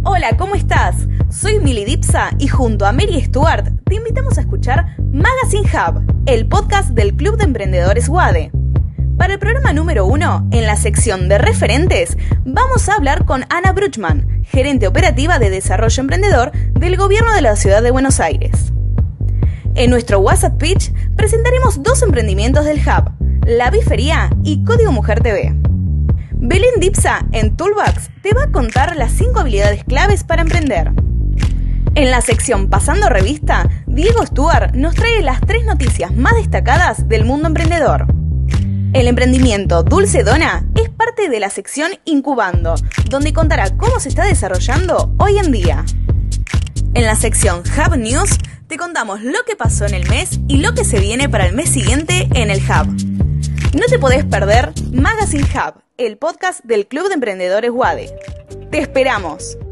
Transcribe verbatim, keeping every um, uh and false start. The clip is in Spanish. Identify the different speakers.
Speaker 1: Hola, ¿cómo estás? Soy Mili Dipsa y junto a Mary Stuart te invitamos a escuchar Magazine Hub, el podcast del Club de Emprendedores UADE. Para el programa número uno, en la sección de referentes, vamos a hablar con Ana Bruchman, gerente operativa de Desarrollo Emprendedor del Gobierno de la Ciudad de Buenos Aires. En nuestro WhatsApp Pitch presentaremos dos emprendimientos del Hub, La Bifería y Código Mujer T V. Belén Dipsa, en Toolbox, te va a contar las cinco habilidades claves para emprender. En la sección Pasando Revista, Diego Stuart nos trae las tres noticias más destacadas del mundo emprendedor. El emprendimiento Dulce Dona es parte de la sección Incubando, donde contará cómo se está desarrollando hoy en día. En la sección Hub News, te contamos lo que pasó en el mes y lo que se viene para el mes siguiente en el Hub. No te podés perder Magazine Hub, el podcast del Club de Emprendedores UADE. ¡Te esperamos!